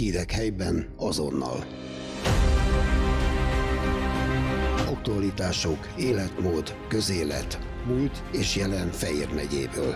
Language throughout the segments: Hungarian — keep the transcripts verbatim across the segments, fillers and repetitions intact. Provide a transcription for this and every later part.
Hírek helyben azonnal. Aktualitások, életmód, közélet, múlt és jelen Fejér megyéből.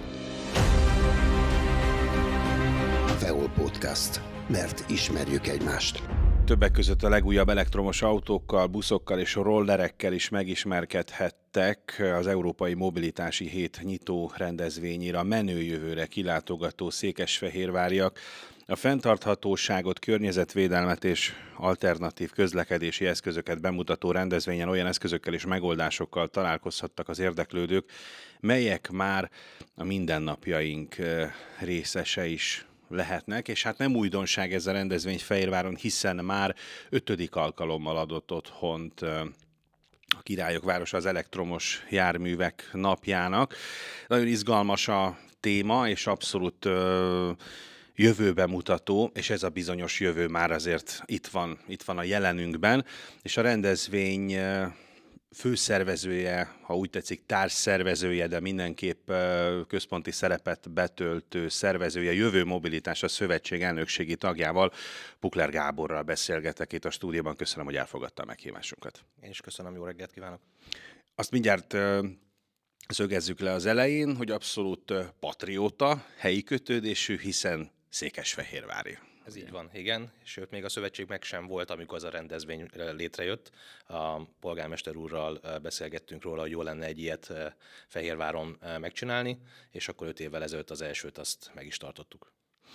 Feol Podcast, mert ismerjük egymást. Többek között a legújabb elektromos autókkal, buszokkal és rollerekkel is megismerkedhettek az Európai Mobilitási Hét nyitó rendezvényére a menő jövőre kilátogató székesfehérváriak. A fenntarthatóságot, környezetvédelmet és alternatív közlekedési eszközöket bemutató rendezvényen olyan eszközökkel és megoldásokkal találkozhattak az érdeklődők, melyek már a mindennapjaink részese is lehetnek, és hát nem újdonság ez a rendezvény Fehérváron, hiszen már ötödik alkalommal adott otthont a Királyok városa az elektromos járművek napjának. Nagyon izgalmas a téma, és abszolút ö, jövőbe mutató, és ez a bizonyos jövő már azért itt van, itt van a jelenünkben, és a rendezvény főszervezője, ha úgy tetszik, társszervezője, de mindenképp központi szerepet betöltő szervezője, Jövő Mobilitás a szövetség elnökségi tagjával, Pukler Gáborral beszélgetek itt a stúdióban. Köszönöm, hogy elfogadta a meghívásunkat. Én is köszönöm, jó reggelt kívánok! Azt mindjárt szögezzük le az elején, hogy abszolút patrióta, helyi kötődésű, hiszen székesfehérvári. Ez így van, igen. Sőt, még a szövetség meg sem volt, amikor az a rendezvény létrejött. A polgármester úrral beszélgettünk róla, hogy jó lenne egy ilyet Fehérváron megcsinálni, és akkor öt évvel ezelőtt az elsőt azt meg is tartottuk.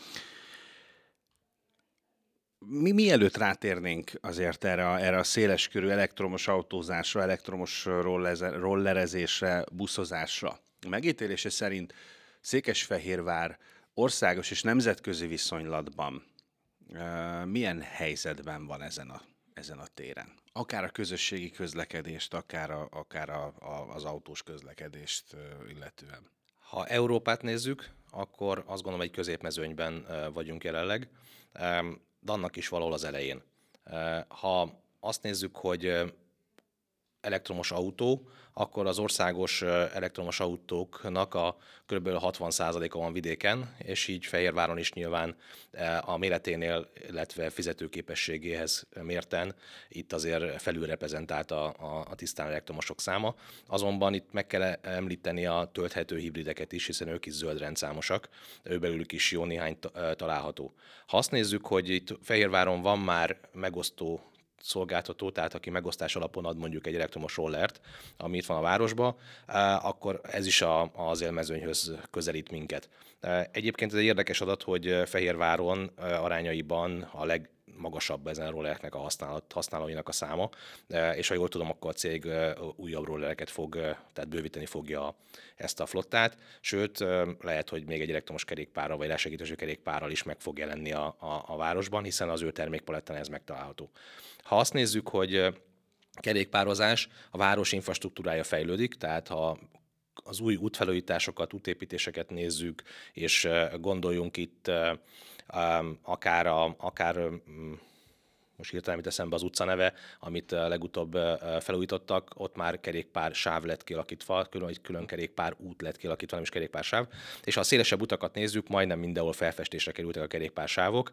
Mi mielőtt rátérnénk azért erre a, erre a széleskörű elektromos autózásra, elektromos rollerezésre, buszozásra. A megítélése szerint Székesfehérvár országos és nemzetközi viszonylatban uh, milyen helyzetben van ezen a, ezen a téren? Akár a közösségi közlekedést, akár, a, akár a, a, az autós közlekedést uh, illetően. Ha Európát nézzük, akkor azt gondolom, hogy középmezőnyben uh, vagyunk jelenleg, um, de annak is valahol az elején. Uh, ha azt nézzük, hogy uh, elektromos autó, akkor az országos elektromos autóknak a kb. hatvan százaléka van vidéken, és így Fehérváron is nyilván a méreténél, illetve fizetőképességéhez mérten itt azért felülreprezentált a, a, a tisztán elektromosok száma. Azonban itt meg kell említeni a tölthető hibrideket is, hiszen ők is zöld rendszámosak, őbelülük is jó néhány található. Ha azt nézzük, hogy itt Fehérváron van már megosztó szolgáltató, tehát aki megosztás alapon ad mondjuk egy elektromos rollert, ami itt van a városban, akkor ez is a, az élmezőnyhöz közelít minket. Egyébként ez egy érdekes adat, hogy Fehérváron arányaiban a legmagasabb ezen a rollereknek a használat, használóinak a száma, és ha jól tudom, akkor a cég újabb rollereket fog, tehát bővíteni fogja ezt a flottát, sőt, lehet, hogy még egy elektromos kerékpárral, vagy lesegítős kerékpárral is meg fog jelenni a, a, a városban, hiszen az ő termékpalettán ez megtalálható. Ha azt nézzük, hogy kerékpározás, a város infrastruktúrája fejlődik, tehát ha az új útfelújításokat, útépítéseket nézzük, és gondoljunk itt akár, a, akár most hirtelen mit eszembe az utca neve, amit legutóbb felújítottak, ott már kerékpár sáv lett kialakítva, külön egy külön kerékpár út lett kialakítva, nem is kerékpársáv. És ha a szélesebb utakat nézzük, majdnem mindenhol felfestésre kerültek a kerékpársávok.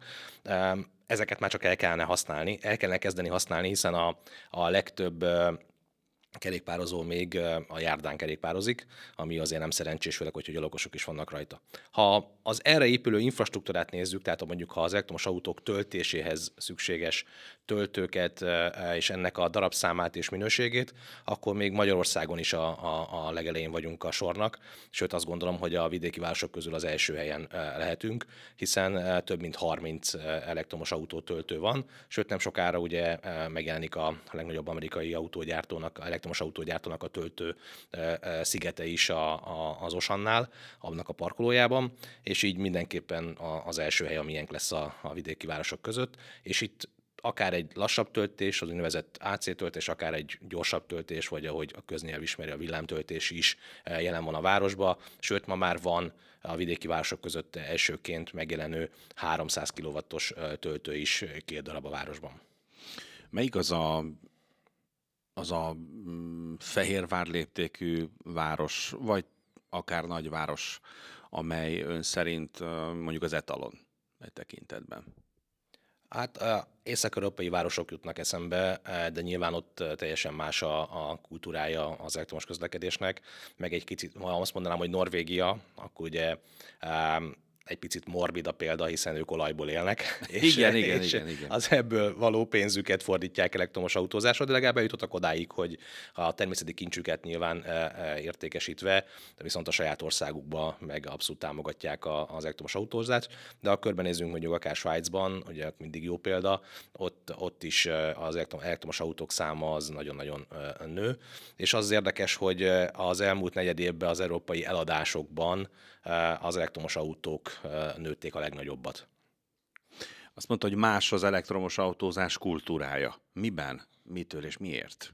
Ezeket már csak el kellene használni, el kellene kezdeni használni, hiszen a, a legtöbb kerékpározó még a járdán kerékpározik, ami azért nem szerencsés, főleg, hogy gyalogosok is vannak rajta. Ha az erre épülő infrastruktúrát nézzük, tehát mondjuk ha az elektromos autók töltéséhez szükséges töltőket és ennek a darabszámát és minőségét, akkor még Magyarországon is a, a, a legelején vagyunk a sornak, sőt azt gondolom, hogy a vidéki városok közül az első helyen lehetünk, hiszen több mint harminc elektromos autótöltő van, sőt nem sokára ugye megjelenik a legnagyobb amerikai autógyártónak, elektromos autógyártónak a töltő szigete is a, a, az Osannál, annak a parkolójában, és így mindenképpen az első hely, amilyen lesz a, a vidéki városok között, és itt akár egy lassabb töltés, az úgynevezett á cé töltés, akár egy gyorsabb töltés, vagy ahogy a köznyelv ismeri, a villámtöltés is jelen van a városban, sőt ma már van a vidéki városok között elsőként megjelenő háromszáz kilowattos töltő is két darab a városban. Melyik az a az a Fehérvár léptékű város, vagy akár nagyváros, amely ön szerint mondjuk az etalon e tekintetben? Hát észak-európai városok jutnak eszembe, de nyilván ott teljesen más a, a kultúrája az elektromos közlekedésnek, meg egy kicsit, ha azt mondanám, hogy Norvégia, akkor ugye egy picit morbid a példa, hiszen ők olajból élnek, és, igen, igen, és igen, igen. az ebből való pénzüket fordítják elektromos autózásra, de legalább eljutottak odáig, hogy a természeti kincsüket nyilván értékesítve, de viszont a saját országukba meg abszolút támogatják az elektromos autózást, de ha körbenézünk mondjuk akár Svájcban, ugye mindig jó példa, ott, ott is az elektromos autók száma az nagyon-nagyon nő, és az érdekes, hogy az elmúlt negyed évben az európai eladásokban az elektromos autók nőtték a legnagyobbat. Azt mondta, hogy más az elektromos autózás kultúrája. Miben? Mitől és miért?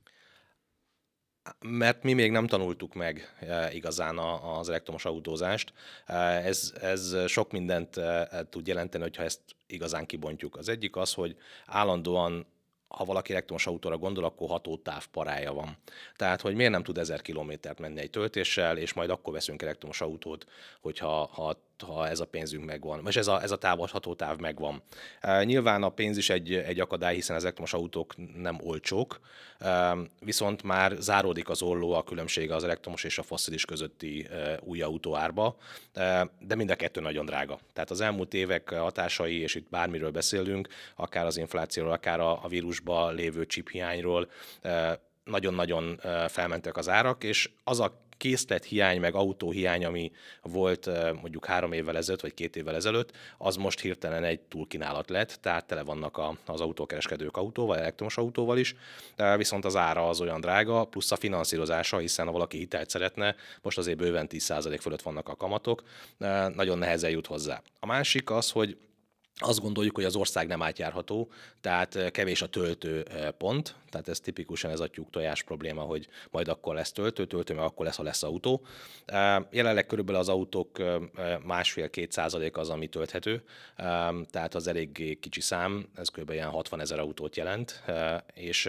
Mert mi még nem tanultuk meg igazán az elektromos autózást. Ez, ez sok mindent tud jelenteni, hogyha ezt igazán kibontjuk. Az egyik az, hogy állandóan ha valaki elektromos autóra gondol, akkor hatótáv parája van. Tehát, hogy miért nem tud ezer kilométert menni egy töltéssel, és majd akkor veszünk elektromos autót, hogyha ha, ha ez a pénzünk megvan, vagy ez a, ez a táv, hatótáv megvan. E, nyilván a pénz is egy, egy akadály, hiszen az elektromos autók nem olcsók, e, viszont már záródik az olló a különbsége az elektromos és a fosszilis közötti e, új autó árba, e, de mind a kettő nagyon drága. Tehát az elmúlt évek hatásai, és itt bármiről beszélünk, akár az inflációról, akár a, a vírusban lévő chiphiányról, e, nagyon-nagyon felmentek az árak, és az a készlethiány, meg autóhiány, ami volt mondjuk három évvel ezelőtt, vagy két évvel ezelőtt, az most hirtelen egy túlkínálat lett, tehát tele vannak a, az autókereskedők autóval, elektromos autóval is, viszont az ára az olyan drága, plusz a finanszírozása, hiszen ha valaki hitelt szeretne, most azért bőven tíz százalék fölött vannak a kamatok, nagyon nehezen jut hozzá. A másik az, hogy azt gondoljuk, hogy az ország nem átjárható, tehát kevés a töltőpont, tehát ez tipikusan ez a tyúk-tojás probléma, hogy majd akkor lesz töltő, töltő, meg akkor lesz, ha lesz autó. Jelenleg körülbelül az autók másfél-két százalék az, ami tölthető, tehát az elég kicsi szám, ez kb. Ilyen hatvanezer autót jelent, és,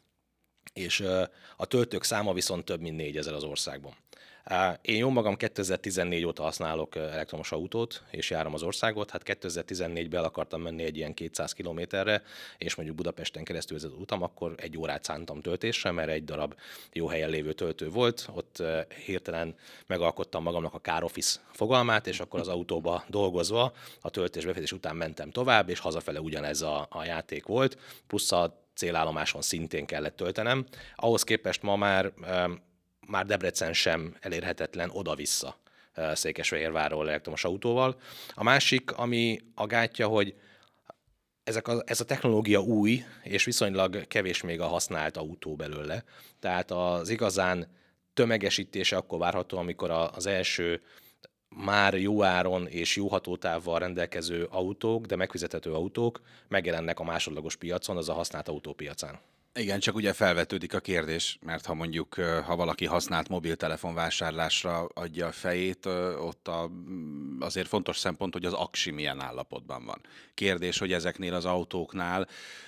és a töltők száma viszont több mint négyezer az országban. Én jó magam kétezer-tizennégy óta használok elektromos autót, és járom az országot. Hát kétezer-tizennégyben el akartam menni egy ilyen kétszáz kilométerre, és mondjuk Budapesten keresztül vezető utam, akkor egy órát szántam töltésre, mert egy darab jó helyen lévő töltő volt. Ott hirtelen megalkottam magamnak a car office fogalmát, és akkor az autóba dolgozva a töltés befejezés után mentem tovább, és hazafele ugyanez a, a játék volt, plusz a célállomáson szintén kellett töltenem. Ahhoz képest ma már már Debrecen sem elérhetetlen oda-vissza Székesfehérvárról elektromos autóval. A másik, ami a gátja, hogy ezek a, ez a technológia új, és viszonylag kevés még a használt autó belőle. Tehát az igazán tömegesítése akkor várható, amikor az első már jó áron és jó hatótávval rendelkező autók, de megfizethető autók megjelennek a másodlagos piacon, az a használt autópiacán. Igen, csak ugye felvetődik a kérdés, mert ha mondjuk, ha valaki használt mobiltelefon vásárlásra adja a fejét, ott a, azért fontos szempont, hogy az aksi milyen állapotban van. Kérdés, hogy ezeknél az autóknál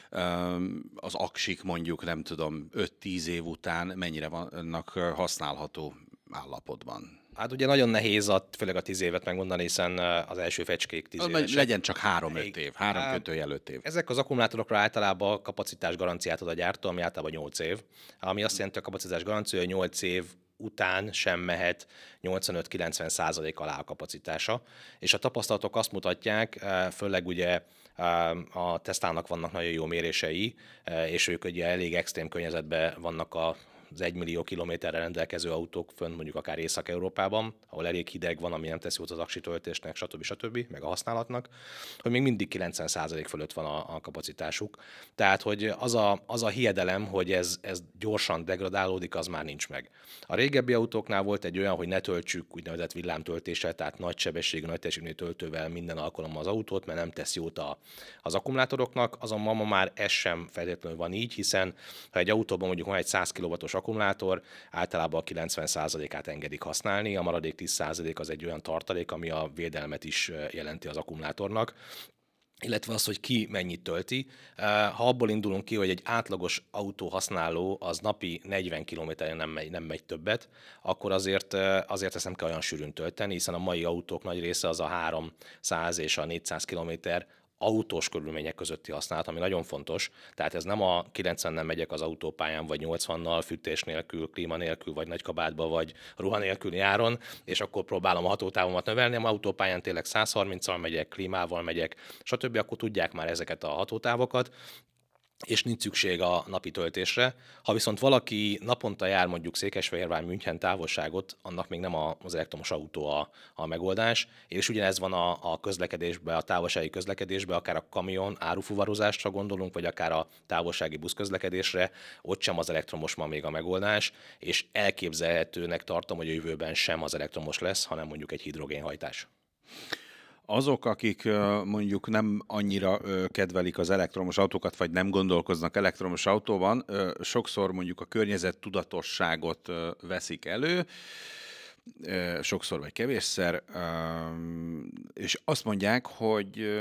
az aksik mondjuk, nem tudom, öt-tíz év után mennyire vannak használható állapotban. Hát ugye nagyon nehéz, a, főleg a tíz évet megmondani, hiszen az első fecskék tíz évesek. Legyen csak három-öt év, három kötőjel öt év. Ezek az akkumulátorokra általában kapacitás garanciát ad a gyártó, ami általában nyolc év. Ami azt jelenti, hogy a kapacitás garancia, hogy nyolc év után sem mehet nyolcvanöt-kilencven százalék alá a kapacitása. És a tapasztalatok azt mutatják, főleg ugye a Teslának vannak nagyon jó mérései, és ők ugye elég extrém környezetben vannak a az egymillió kilométerre rendelkező autók fönn, mondjuk akár Észak-Európában, ahol elég hideg van, ami nem teszi jót az aksi töltésnek, stb. stb., meg a használatnak, hogy még mindig kilencven százalék fölött van a, a kapacitásuk. Tehát, hogy az a, az a hiedelem, hogy ez, ez gyorsan degradálódik, az már nincs meg. A régebbi autóknál volt egy olyan, hogy ne töltsük úgynevezett villámtöltéssel, tehát nagy sebességű, nagy teljesítményű töltővel minden alkalommal az autót, mert nem tesz jót a, az akkumulátoroknak, azonban ma már ez sem feltétlenül van így, hiszen ha egy autóban mondjuk van egy száz kilowattos akkumulátor, általában a kilencven százalékát engedik használni, a maradék tíz százalék az egy olyan tartalék, ami a védelmet is jelenti az akkumulátornak, illetve az, hogy ki mennyit tölti. Ha abból indulunk ki, hogy egy átlagos autóhasználó az napi negyven kilométeren nem megy, nem megy többet, akkor azért, azért ezt nem kell olyan sűrűn tölteni, hiszen a mai autók nagy része az a háromszáz és a négyszáz kilométer autós körülmények közötti használat, ami nagyon fontos. Tehát ez nem a kilencvennel megyek az autópályán, vagy nyolcvannal, fűtés nélkül, klíma nélkül, vagy nagy kabátba, vagy ruha nélkül nyáron, és akkor próbálom a hatótávomat növelni, hanem autópályán tényleg száz harminccal megyek, klímával megyek, stb. Akkor tudják már ezeket a hatótávokat, és nincs szükség a napi töltésre. Ha viszont valaki naponta jár mondjuk Székesfehérvár-München távolságot, annak még nem az elektromos autó a, a megoldás, és ugyanez van a, a közlekedésben, a távolsági közlekedésben, akár a kamion árufuvarozásra gondolunk, vagy akár a távolsági buszközlekedésre, ott sem az elektromos ma még a megoldás, és elképzelhetőnek tartom, hogy a jövőben sem az elektromos lesz, hanem mondjuk egy hidrogénhajtás. Azok, akik mondjuk nem annyira kedvelik az elektromos autókat, vagy nem gondolkoznak elektromos autóban, sokszor mondjuk a környezet tudatosságot veszik elő, sokszor vagy kevésszer, és azt mondják, hogy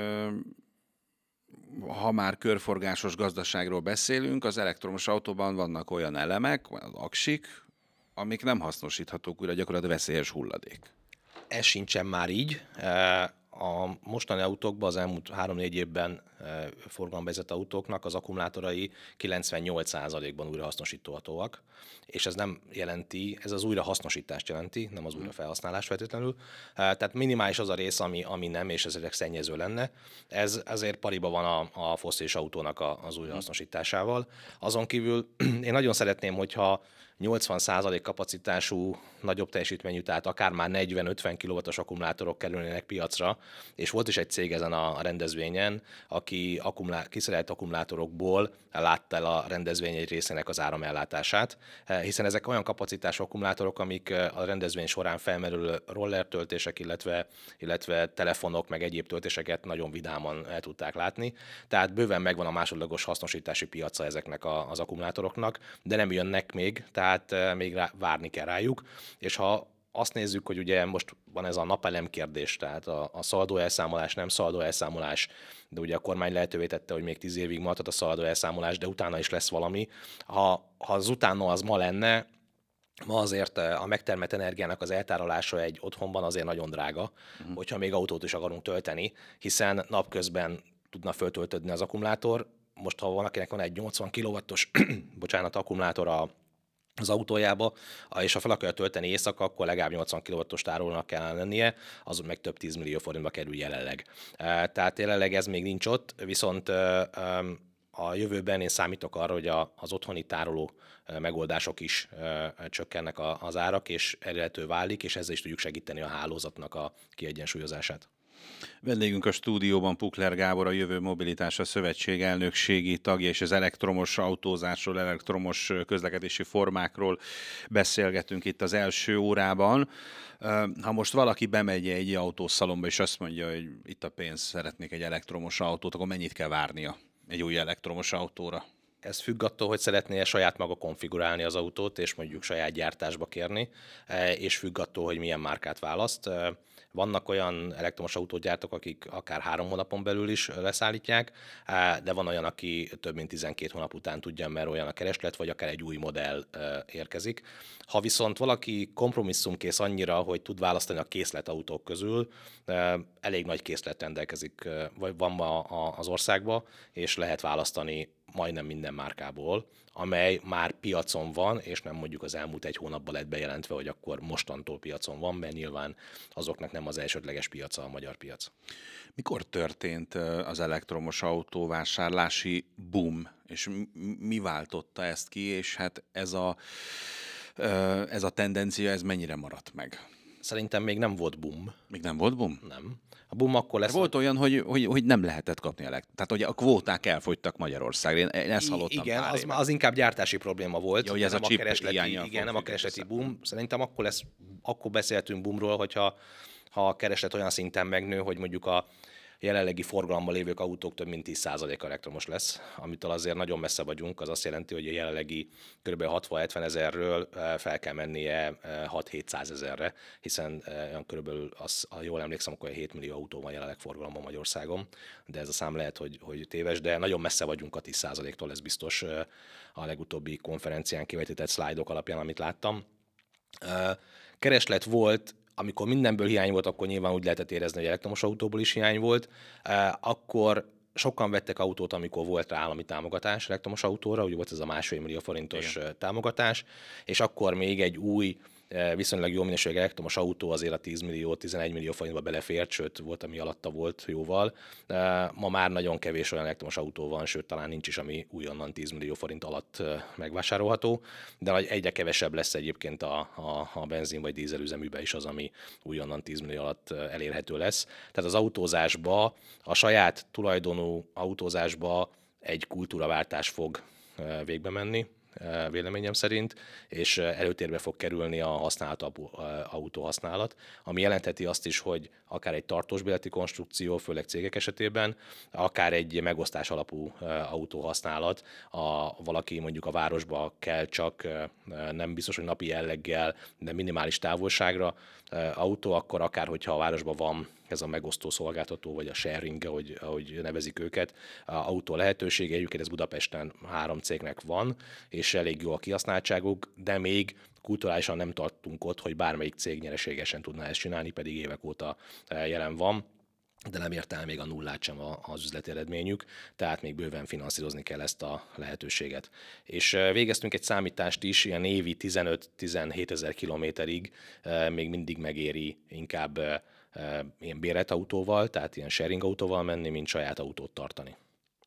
ha már körforgásos gazdaságról beszélünk, az elektromos autóban vannak olyan elemek, az aksik, amik nem hasznosíthatók újra, gyakorlatilag veszélyes hulladék. Ez sincsen már így. A mostani autókban az elmúlt három-négy évben forgalomba helyezett autóknak az akkumulátorai kilencvennyolc százalékban újrahasznosíthatóak, és ez nem jelenti, ez az újrahasznosítást jelenti, nem az újrafelhasználást feltétlenül. Tehát minimális az a rész, ami, ami nem, és ezért szennyező lenne. Ez ezért pariba van a, a fosszilis autónak a, az újrahasznosításával. Azon kívül én nagyon szeretném, hogyha nyolcvan százalék kapacitású, nagyobb teljesítményű, tehát akár már negyven-ötven kilowattos akkumulátorok kerülnének piacra, és volt is egy cég ezen a rendezvényen, aki akkumulá- kiszerelt akkumulátorokból látta el a rendezvény egy részének az áramellátását, hiszen ezek olyan kapacitású akkumulátorok, amik a rendezvény során felmerülő roller töltések, illetve, illetve telefonok, meg egyéb töltéseket nagyon vidáman el tudták látni. Tehát bőven megvan a másodlagos hasznosítási piaca ezeknek a, az akkumulátoroknak, de nem jönnek még, tehát még rá, várni kell rájuk. És ha azt nézzük, hogy ugye most van ez a napelem kérdés, tehát a, a szaldó elszámolás, nem szaldó elszámolás, de ugye a kormány lehetővé tette, hogy még tíz évig maradhat a szaldó elszámolás, de utána is lesz valami. Ha, ha az utána az ma lenne, ma azért a megtermelt energiának az eltárolása egy otthonban azért nagyon drága, uh-huh. hogyha még autót is akarunk tölteni, hiszen napközben tudna föltöltödni az akkumulátor. Most, ha valakinek van egy nyolcvan kilowattos bocsánat, akkumulátor a az autójába, és ha fel akarja tölteni éjszaka, akkor legalább nyolcvan kilowattos tárolónak kellene lennie, az meg több tízmillió forintba kerül jelenleg. Tehát jelenleg ez még nincs ott, viszont a jövőben én számítok arra, hogy az otthoni tároló megoldások is csökkennek az árak, és elérhető válik, és ezzel is tudjuk segíteni a hálózatnak a kiegyensúlyozását. Vendégünk a stúdióban Pukler Gábor, a Jövő Mobilitása Szövetség elnökségi tagja, és az elektromos autózásról, elektromos közlekedési formákról beszélgetünk itt az első órában. Ha most valaki bemegy egy autószalomba, és azt mondja, hogy itt a pénz, szeretnék egy elektromos autót, akkor mennyit kell várnia egy új elektromos autóra? Ez függ attól, hogy szeretné saját maga konfigurálni az autót, és mondjuk saját gyártásba kérni, és függ attól, hogy milyen márkát választ. Vannak olyan elektromos autógyártók, akik akár három hónapon belül is leszállítják, de van olyan, aki több mint tizenkét hónap után tudja, mert olyan a kereslet, vagy akár egy új modell érkezik. Ha viszont valaki kompromisszumkész annyira, hogy tud választani a készletautók közül, elég nagy készlet rendelkezik, vagy van ma az országban, és lehet választani majdnem minden márkából, amely már piacon van, és nem mondjuk az elmúlt egy hónapban lett bejelentve, hogy akkor mostantól piacon van, mert nyilván azoknak nem az elsődleges piaca a magyar piac. Mikor történt az elektromos autóvásárlási boom, és mi váltotta ezt ki, és hát ez a, ez a tendencia, ez mennyire maradt meg? Szerintem még nem volt boom. Még nem volt boom? Nem. A boom akkor lesz. Volt olyan, hogy, hogy, hogy nem lehetett kapni elektromos. Tehát, hogy a kvóták elfogytak Magyarországra. Én, én ezt hallottam. Igen, pár az, éve. az inkább gyártási probléma volt. Ja, hogy ez a chip keresleti, igen, nem a keresleti boom. Szerintem akkor, lesz, akkor beszéltünk boomról, hogyha ha a kereslet olyan szinten megnő, hogy mondjuk a jelenlegi forgalomban lévő autók több mint tíz százalék elektromos lesz, amitől azért nagyon messze vagyunk, az azt jelenti, hogy a jelenlegi kb. hatvan-hetven ezerről fel kell mennie hat-hétszáz ezerre, hiszen olyan körülbelül, az, ha jól emlékszem, akkor hét millió autó van jelenleg forgalomban Magyarországon, de ez a szám lehet, hogy, hogy téves, de nagyon messze vagyunk a tíz százaléktól, ez biztos a legutóbbi konferencián kivetített szlájdok alapján, amit láttam. Kereslet volt, amikor mindenből hiány volt, akkor nyilván úgy lehetett érezni, hogy elektromos autóból is hiány volt. Akkor sokan vettek autót, amikor volt rá állami támogatás elektromos autóra, ugye volt ez a másfél millió forintos Igen. támogatás, és akkor még egy új, viszonylag jó minőségű elektromos autó azért a tíz millió, tizenegy millió forintba belefért, sőt volt, ami alatta volt jóval. Ma már nagyon kevés olyan elektromos autó van, sőt talán nincs is, ami újonnan tíz millió forint alatt megvásárolható, de egyre kevesebb lesz egyébként a, a, a benzin vagy dízelüzeműbe is az, ami újonnan tíz millió alatt elérhető lesz. Tehát az autózásba, a saját tulajdonú autózásba egy kultúraváltás fog végbe menni, véleményem szerint, és előtérbe fog kerülni a használt autóhasználat, ami jelentheti azt is, hogy akár egy tartósbérleti konstrukció, főleg cégek esetében, akár egy megosztás alapú autóhasználat, a, valaki mondjuk a városba kell csak nem biztos, hogy napi jelleggel, de minimális távolságra autó, akkor akár, hogyha a városban van ez a megosztó szolgáltató, vagy a sharing, ahogy, ahogy nevezik őket, a autó lehetősége, egyébként ez Budapesten három cégnek van, és elég jó a kihasználtságuk, de még kulturálisan nem tartunk ott, hogy bármelyik cég nyereségesen tudná ezt csinálni, pedig évek óta jelen van, de nem ért el még a nullát sem az üzleti eredményük, tehát még bőven finanszírozni kell ezt a lehetőséget. És végeztünk egy számítást is, ilyen évi tizenöt-tizenhét ezer kilométerig még mindig megéri inkább ilyen bérelt autóval, tehát ilyen sharing autóval menni, mint saját autót tartani.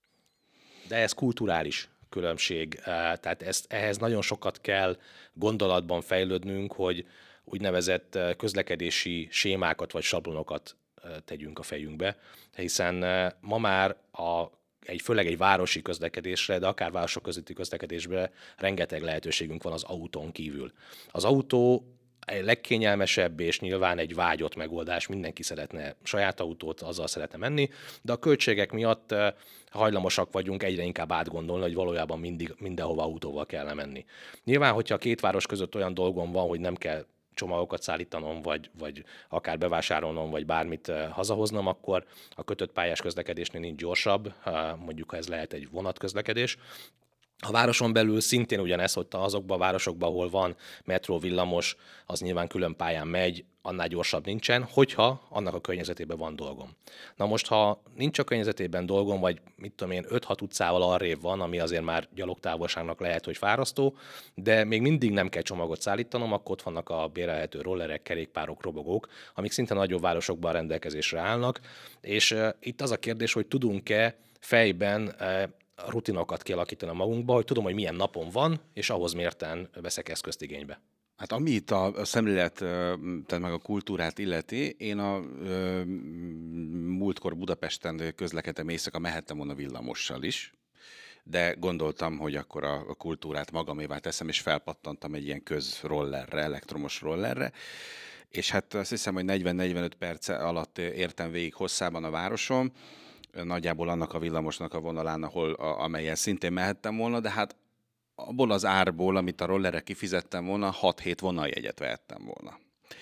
De ez kulturális különbség, tehát ezt, ehhez nagyon sokat kell gondolatban fejlődnünk, hogy úgynevezett közlekedési sémákat vagy sablonokat tegyünk a fejünkbe, hiszen ma már a, egy, főleg egy városi közlekedésre, de akár városok közötti közlekedésre rengeteg lehetőségünk van az autón kívül. Az autó egy legkényelmesebb és nyilván egy vágyott megoldás, mindenki szeretne saját autót, azzal szeretne menni, de a költségek miatt hajlamosak vagyunk egyre inkább átgondolni, hogy valójában mindig mindenhova autóval kellene menni. Nyilván, hogyha a két város között olyan dolgom van, hogy nem kell csomagokat szállítanom, vagy, vagy akár bevásárolnom, vagy bármit hazahoznom, akkor a kötött pályás közlekedésnél nincs gyorsabb, mondjuk ha ez lehet egy vonatközlekedés. A városon belül szintén ugyanez, hogy azokban a városokban, ahol van metró, villamos, az nyilván külön pályán megy, annál gyorsabb nincsen, hogyha annak a környezetében van dolgom. Na most, ha nincs a környezetében dolgom, vagy mit tudom én, öt-hat utcával arrébb van, ami azért már gyalogtávolságnak lehet, hogy fárasztó, de még mindig nem kell csomagot szállítanom, akkor ott vannak a bérelhető rollerek, kerékpárok, robogók, amik szinte nagyobb városokban rendelkezésre állnak, és uh, itt az a kérdés, hogy tudunk-e fejben uh, rutinokat kialakítani magunkba, hogy tudom, hogy milyen napon van, és ahhoz mérten veszek eszközt igénybe. Hát ami itt a szemlélet, tehát meg a kultúrát illeti, én a ö, múltkor Budapesten közlekedtem éjszaka, mehettem volna villamossal is, de gondoltam, hogy akkor a, a kultúrát magamévá teszem, és felpattantam egy ilyen közrollerre, elektromos rollerre, és hát azt hiszem, hogy negyven-negyvenöt perc alatt értem végig hosszában a városon, nagyjából annak a villamosnak a vonalán, ahol, a, amelyen szintén mehettem volna, de hát abból az árból, amit a rollerre kifizettem volna, hat-hét vonaljegyet vehettem volna.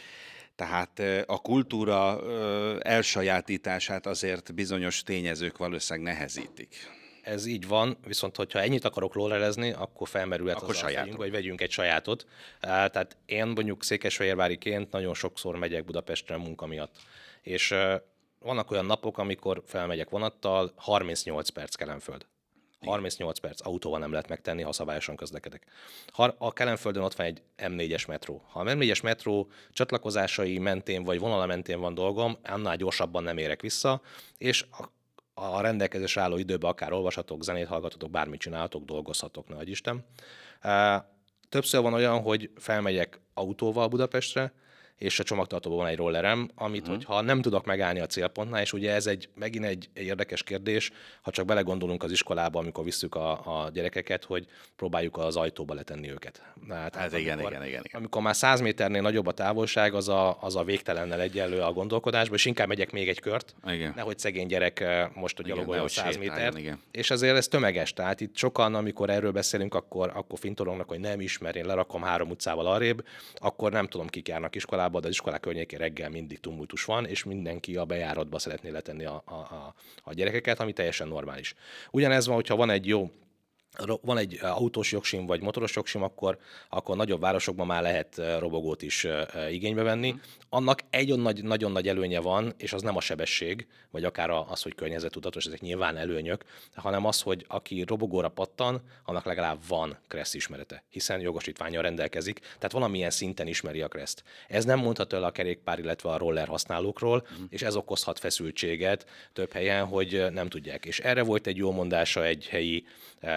Tehát a kultúra elsajátítását azért bizonyos tényezők valószínűleg nehezítik. Ez így van, viszont hogyha ennyit akarok rollerezni, akkor felmerülhet akkor az a fejünk, vagy vegyünk egy sajátot. Tehát én mondjuk székesfehérváriként nagyon sokszor megyek Budapestre munka miatt. És vannak olyan napok, amikor felmegyek vonattal, harmincnyolc perc Kelenföld. harmincnyolc perc autóval nem lehet megtenni, ha szabályosan közlekedek. Ha a Kelenföldön ott van egy em négyes metró. Ha a em négyes metró csatlakozásai mentén vagy vonala mentén van dolgom, annál gyorsabban nem érek vissza, és a, a rendelkezésre álló időben akár olvashatok, zenét hallgatatok, bármit csinálhatok, dolgozhatok, ne adj Isten. Többször van olyan, hogy felmegyek autóval Budapestre, és a csomagtartóban van egy rollerem, amit, uh-huh. hogyha nem tudok megállni a célpontnál, és ugye ez egy, megint egy, egy érdekes kérdés, ha csak belegondolunk az iskolába, amikor visszük a, a gyerekeket, hogy próbáljuk az ajtóba letenni őket. Hát, hát igen, amikor, igen, igen, igen. Amikor már száz méternél nagyobb a távolság, az a, az a végtelennel egyenlő a gondolkodásban, és inkább megyek még egy kört, igen. Nehogy szegény gyerek most, hogy gyalogoljon száz métert. És azért ez tömeges, tehát itt sokan, amikor erről beszélünk, akkor, akkor fintorognak, hogy nem ismer, én lerakom három utcával arrébb, akkor nem tudom, kik járnak iskolába, de az iskolák környékén reggel mindig tumultus van, és mindenki a bejáratba szeretné letenni a, a, a, a gyerekeket, ami teljesen normális. Ugyanez van, hogyha van egy jó van egy autós jogsim vagy motoros jogsim, akkor, akkor nagyobb városokban már lehet robogót is igénybe venni. Mm. Annak egy nagy, nagyon nagy előnye van, és az nem a sebesség, vagy akár az, hogy környezettudatos, ezek nyilván előnyök, hanem az, hogy aki robogóra pattan, annak legalább van Kressz ismerete, hiszen jogosítvánnyal rendelkezik, tehát valamilyen szinten ismeri a Kreszt. Ez nem mondható el a kerékpár, illetve a roller használókról, mm. és ez okozhat feszültséget több helyen, hogy nem tudják. És erre volt egy jó mondása egy helyi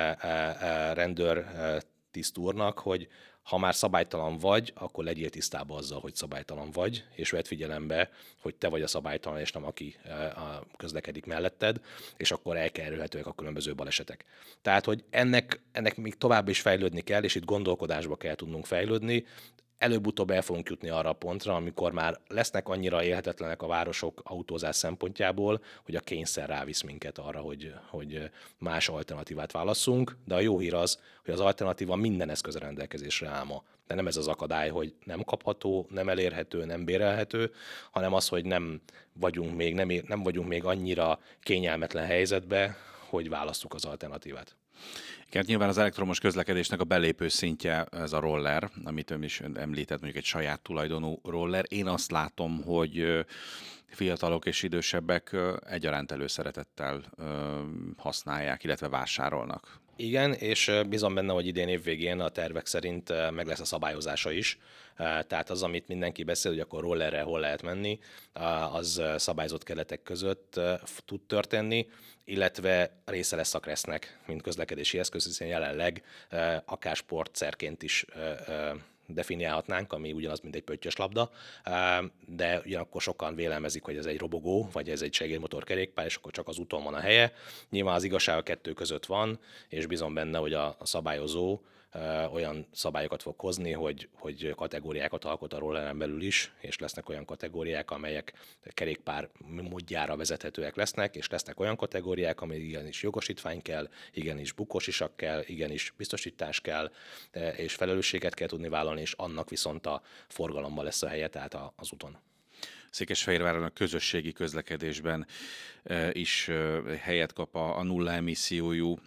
rendőr tisztúrnak, hogy ha már szabálytalan vagy, akkor legyél tisztában azzal, hogy szabálytalan vagy, és vedd figyelembe, hogy te vagy a szabálytalan, és nem aki közlekedik melletted, és akkor elkerülhetőek a különböző balesetek. Tehát, hogy ennek, ennek még tovább is fejlődni kell, és itt gondolkodásba kell tudnunk fejlődni. Előbb-utóbb el fogunk jutni arra a pontra, amikor már lesznek annyira élhetetlenek a városok autózás szempontjából, hogy a kényszer rávisz minket arra, hogy, hogy más alternatívát válasszunk, de a jó hír az, hogy az alternatíva minden eszköz rendelkezésre áll ma. De nem ez az akadály, hogy nem kapható, nem elérhető, nem bérelhető, hanem az, hogy nem vagyunk még, nem, ér, nem vagyunk még annyira kényelmetlen helyzetbe, hogy válasszuk az alternatívát. Igen, nyilván az elektromos közlekedésnek a belépő szintje ez a roller, amit ön is említett, mondjuk egy saját tulajdonú roller. Én azt látom, hogy fiatalok és idősebbek egyaránt előszeretettel használják, illetve vásárolnak. Igen, és bízom benne, hogy idén évvégén a tervek szerint meg lesz a szabályozása is. Tehát az, amit mindenki beszél, hogy akkor rollerrel hol lehet menni, az szabályozott keretek között tud történni, illetve része lesz a Kressznek, mint közlekedési eszköz, hiszen jelenleg akár sportszerként is definiálhatnánk, ami ugyanaz, mint egy pöttyös labda, de ugyanakkor sokan vélelmezik, hogy ez egy robogó, vagy ez egy segédmotorkerékpár, és akkor csak az úton van a helye. Nyilván az igazság a kettő között van, és bízom benne, hogy a szabályozó olyan szabályokat fog hozni, hogy, hogy kategóriákat alkot a rolleren belül is, és lesznek olyan kategóriák, amelyek kerékpár módjára vezethetőek lesznek, és lesznek olyan kategóriák, amely igenis jogosítvány kell, igenis bukósisak kell, igenis biztosítás kell, és felelősséget kell tudni vállalni, és annak viszont a forgalomban lesz a helye, tehát az úton. Székesfehérváron a közösségi közlekedésben is helyet kap a nulla emissziójú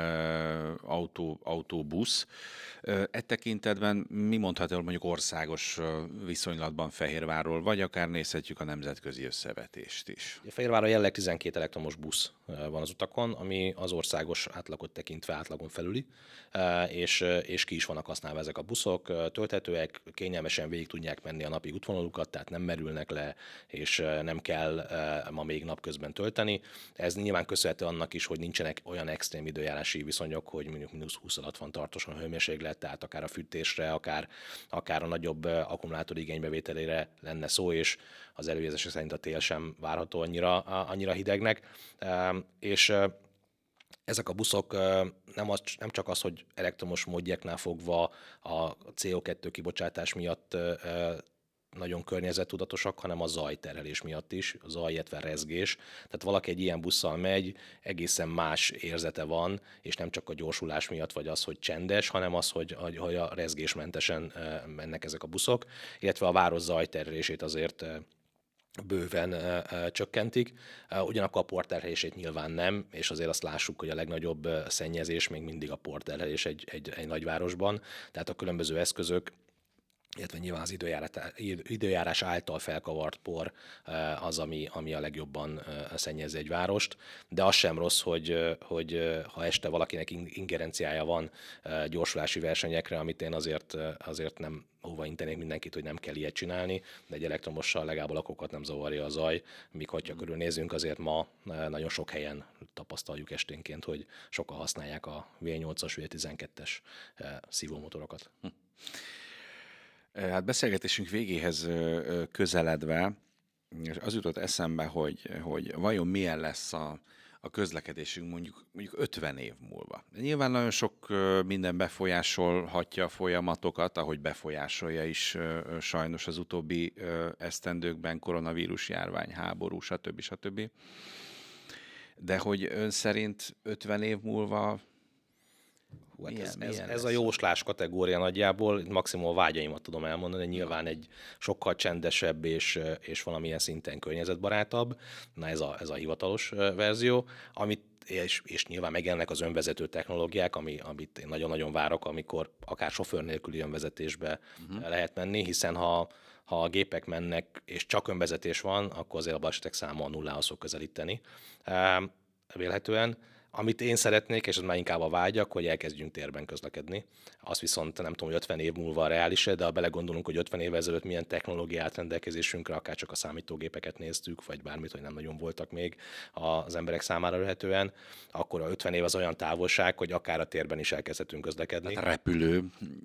autó, autóbusz. E tekintetben mi mondható mondjuk országos viszonylatban Fehérvárról, vagy akár nézhetjük a nemzetközi összevetést is? Fehérváron jelenleg tizenkét elektromos busz van az utakon, ami az országos átlagot tekintve átlagon felüli, és, és ki is vannak használva ezek a buszok, tölthetőek, kényelmesen végig tudják menni a napi útvonalukat, tehát nem merülnek le, és nem kell ma még napközben tölteni. Ez nyilván köszönhető annak is, hogy nincsenek olyan extrém időjárási viszonyok, hogy mondjuk mínusz húsz alatt van tartósan a hőmérséklet, tehát akár a fűtésre, akár, akár a nagyobb akkumulátor igénybevételére lenne szó, és az előjelzések szerint a tél sem várható annyira, annyira hidegnek. És ezek a buszok nem, az, nem csak az, hogy elektromos módjáknál fogva a cé o kettő kibocsátás miatt nagyon környezettudatosak, hanem a zajterhelés miatt is, a zaj, illetve rezgés. Tehát valaki egy ilyen busszal megy, egészen más érzete van, és nem csak a gyorsulás miatt, vagy az, hogy csendes, hanem az, hogy, hogy a rezgésmentesen mennek ezek a buszok, illetve a város zajterhelését azért bőven uh, uh, csökkentik, uh, ugyanakkor a porterhelését nyilván nem, és azért azt lássuk, hogy a legnagyobb uh, szennyezés még mindig a porterhelés egy, egy, egy nagyvárosban, tehát a különböző eszközök, illetve nyilván az időjárás által felkavart por az, ami, ami a legjobban szennyezi egy várost, de az sem rossz, hogy, hogy ha este valakinek ingerenciája van gyorsulási versenyekre, amit én azért, azért nem óva intenék mindenkit, hogy nem kell ilyet csinálni, de egy elektromossal legalább a lakókat nem zavarja a zaj, míg hogyha körülnézünk, azért ma nagyon sok helyen tapasztaljuk esténként, hogy sokan használják a vé nyolcas, vé tizenkettes szívómotorokat. Hm. Hát beszélgetésünk végéhez közeledve, az jutott eszembe, hogy, hogy vajon milyen lesz a, a közlekedésünk mondjuk, mondjuk ötven év múlva. Nyilván nagyon sok minden befolyásolhatja a folyamatokat, ahogy befolyásolja is sajnos az utóbbi esztendőkben koronavírus járvány, háború, stb. stb. De hogy ön szerint ötven év múlva Hú, hát ez, ez, ez a jóslás kategória nagyjából, maximum a vágyaimat tudom elmondani, nyilván egy sokkal csendesebb és, és valamilyen szinten környezetbarátabb, na ez a, ez a hivatalos verzió. Amit és, és nyilván megjelennek az önvezető technológiák, ami, amit én nagyon-nagyon várok, amikor akár sofőr nélküli önvezetésbe uh-huh. lehet menni, hiszen ha, ha a gépek mennek, és csak önvezetés van, akkor azért a balesetek száma a nullához fog közelíteni. Vélhetően. Amit én szeretnék, és ez már inkább a vágyak, hogy elkezdjünk térben közlekedni. Azt viszont nem tudom, hogy ötven év múlva reális, de ha belegondolunk, hogy ötven évvel ezelőtt milyen technológiát rendelkezésünkre, akár csak a számítógépeket néztük, vagy bármit, hogy nem nagyon voltak még az emberek számára lehetően, akkor a ötven év az olyan távolság, hogy akár a térben is elkezdhetünk közlekedni. Tehát repülő.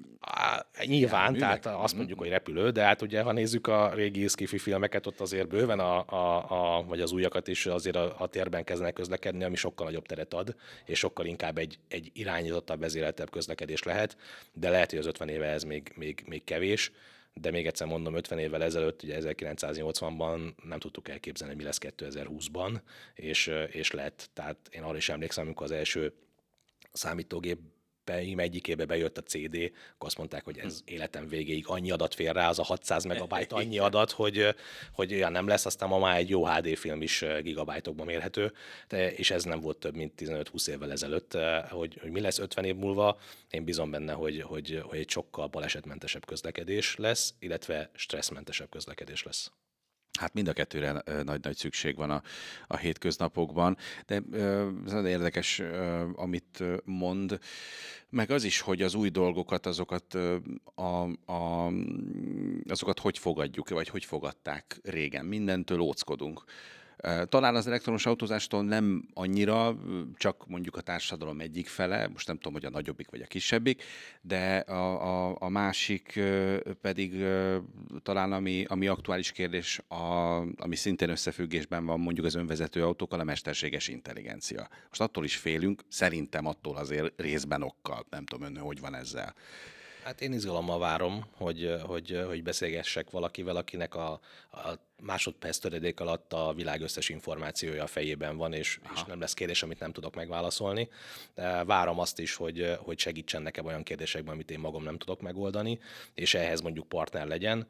Á, nyilván, tehát azt mondjuk, hogy repülő, de hát ugye, ha nézzük a régi skifi filmeket, ott azért bőven, a, a, a, vagy az újakat is azért a, a térben kezdenek közlekedni, ami sokkal nagyobb teret ad, és sokkal inkább egy, egy irányítottabb, vezéreltebb közlekedés lehet, de lehet, hogy az ötven éve ez még, még, még kevés, de még egyszer mondom, ötven évvel ezelőtt, ugye ezerkilencszáznyolcvanban nem tudtuk elképzelni, mi lesz kétezer-húszban, és, és lett. Tehát én arra is emlékszem, amikor az első számítógép egyikébe bejött a cé dé, akkor azt mondták, hogy ez életem végéig annyi adat fér rá, az a hatszáz megabyte annyi adat, hogy, hogy olyan nem lesz, aztán ma már egy jó há dé film is gigabájtokban mérhető, de, és ez nem volt több, mint tizenöt-húsz évvel ezelőtt, hogy, hogy mi lesz ötven év múlva, én bízom benne, hogy, hogy, hogy egy sokkal balesetmentesebb közlekedés lesz, illetve stresszmentesebb közlekedés lesz. Hát mind a kettőre nagy-nagy szükség van a, a hétköznapokban, de ez nagyon érdekes, amit mond, meg az is, hogy az új dolgokat, azokat, a, a, azokat hogy fogadjuk, vagy hogy fogadták régen. Mindentől óckodunk. Talán az elektromos autózástól nem annyira, csak mondjuk a társadalom egyik fele, most nem tudom, hogy a nagyobbik vagy a kisebbik, de a, a, a másik pedig talán, ami, ami aktuális kérdés, a, ami szintén összefüggésben van mondjuk az önvezető autókkal, a mesterséges intelligencia. Most attól is félünk, szerintem attól azért részben okkal. Nem tudom, ön hogy van ezzel. Hát én izgalommal várom, hogy, hogy, hogy beszélgessek valakivel, akinek a, a másodperc töredék alatt a világ összes információja a fejében van, és, és nem lesz kérdés, amit nem tudok megválaszolni. De várom azt is, hogy, hogy segítsen nekem olyan kérdésekben, amit én magam nem tudok megoldani, és ehhez mondjuk partner legyen.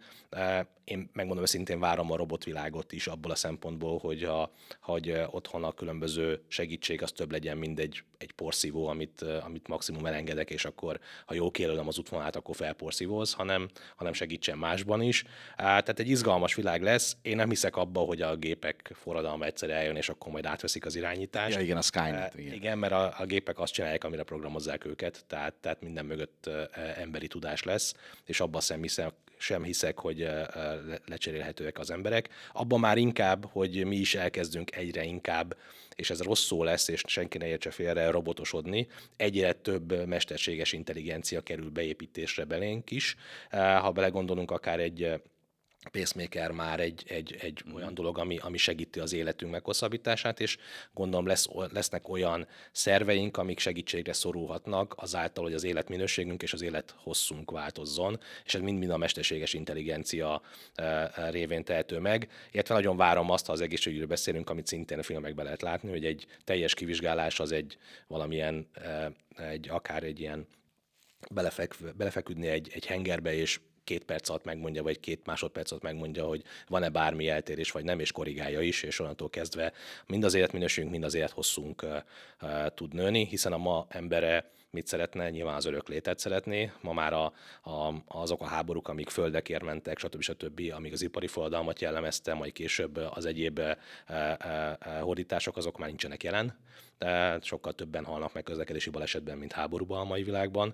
Én megmondom őszintén, várom a robotvilágot is abból a szempontból, hogy, a, hogy otthon a különböző segítség az több legyen, mint egy, egy porszívó, amit, amit maximum elengedek, és akkor, ha jó kijelölöm az útvonalát, akkor felporszívóz, hanem, hanem segítsen másban is. Tehát egy izgalmas világ lesz. Én nem hiszek abba, hogy a gépek forradalma egyszer eljön, és akkor majd átveszik az irányítást. Ja, igen, a Skynet. Igen, igen mert a, a gépek azt csinálják, amire programozzák őket, tehát, tehát minden mögött uh, emberi tudás lesz, és abban sem hiszek, sem hiszek, hogy uh, lecserélhetőek az emberek. Abban már inkább, hogy mi is elkezdünk egyre inkább, és ez rossz szó lesz, és senki ne értse félre, robotosodni. Egyre több mesterséges intelligencia kerül beépítésre belénk is. Uh, ha belegondolunk, akár egy pacemaker már egy, egy, egy olyan dolog, ami, ami segíti az életünk meghosszabbítását, és gondolom lesz, lesznek olyan szerveink, amik segítségre szorulhatnak azáltal, hogy az életminőségünk és az élethosszunk változzon, és ez mind-mind a mesterséges intelligencia révén tehető meg. Illetve nagyon várom azt, ha az egészségügyről beszélünk, amit szintén a filmekben lehet látni, hogy egy teljes kivizsgálás az egy valamilyen, egy, akár egy ilyen belefek, belefeküdni egy, egy hengerbe, és két perc alatt megmondja, vagy két másodperc alatt megmondja, hogy van-e bármi eltérés, vagy nem, és korrigálja is, és onnantól kezdve mind az életminőségünk, mind az élethosszunk uh, uh, tud nőni, hiszen a ma embere mit szeretne? Nyilván az örök létet szeretné. Ma már a, a, azok a háborúk, amik földekért mentek, stb. stb., amíg az ipari forradalmat jellemezte, majd később az egyéb uh, uh, hordítások, azok már nincsenek jelen. De sokkal többen halnak meg közlekedési balesetben, mint háborúban a mai világban,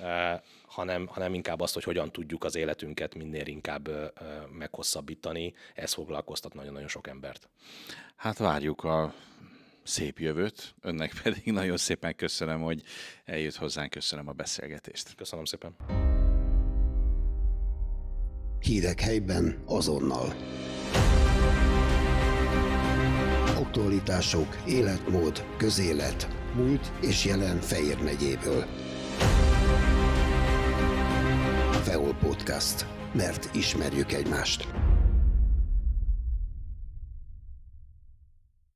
hanem, hanem inkább azt, hogy hogyan tudjuk az életünket minél inkább meghosszabbítani. Ez foglalkoztat nagyon-nagyon sok embert. Hát várjuk a szép jövőt, önnek pedig nagyon szépen köszönöm, hogy eljött hozzánk, köszönöm a beszélgetést. Köszönöm szépen. Hírek helyben azonnal. Aktualitások, életmód, közélet, múlt és jelen Fejér megyéből. Feol Podcast, mert ismerjük egymást.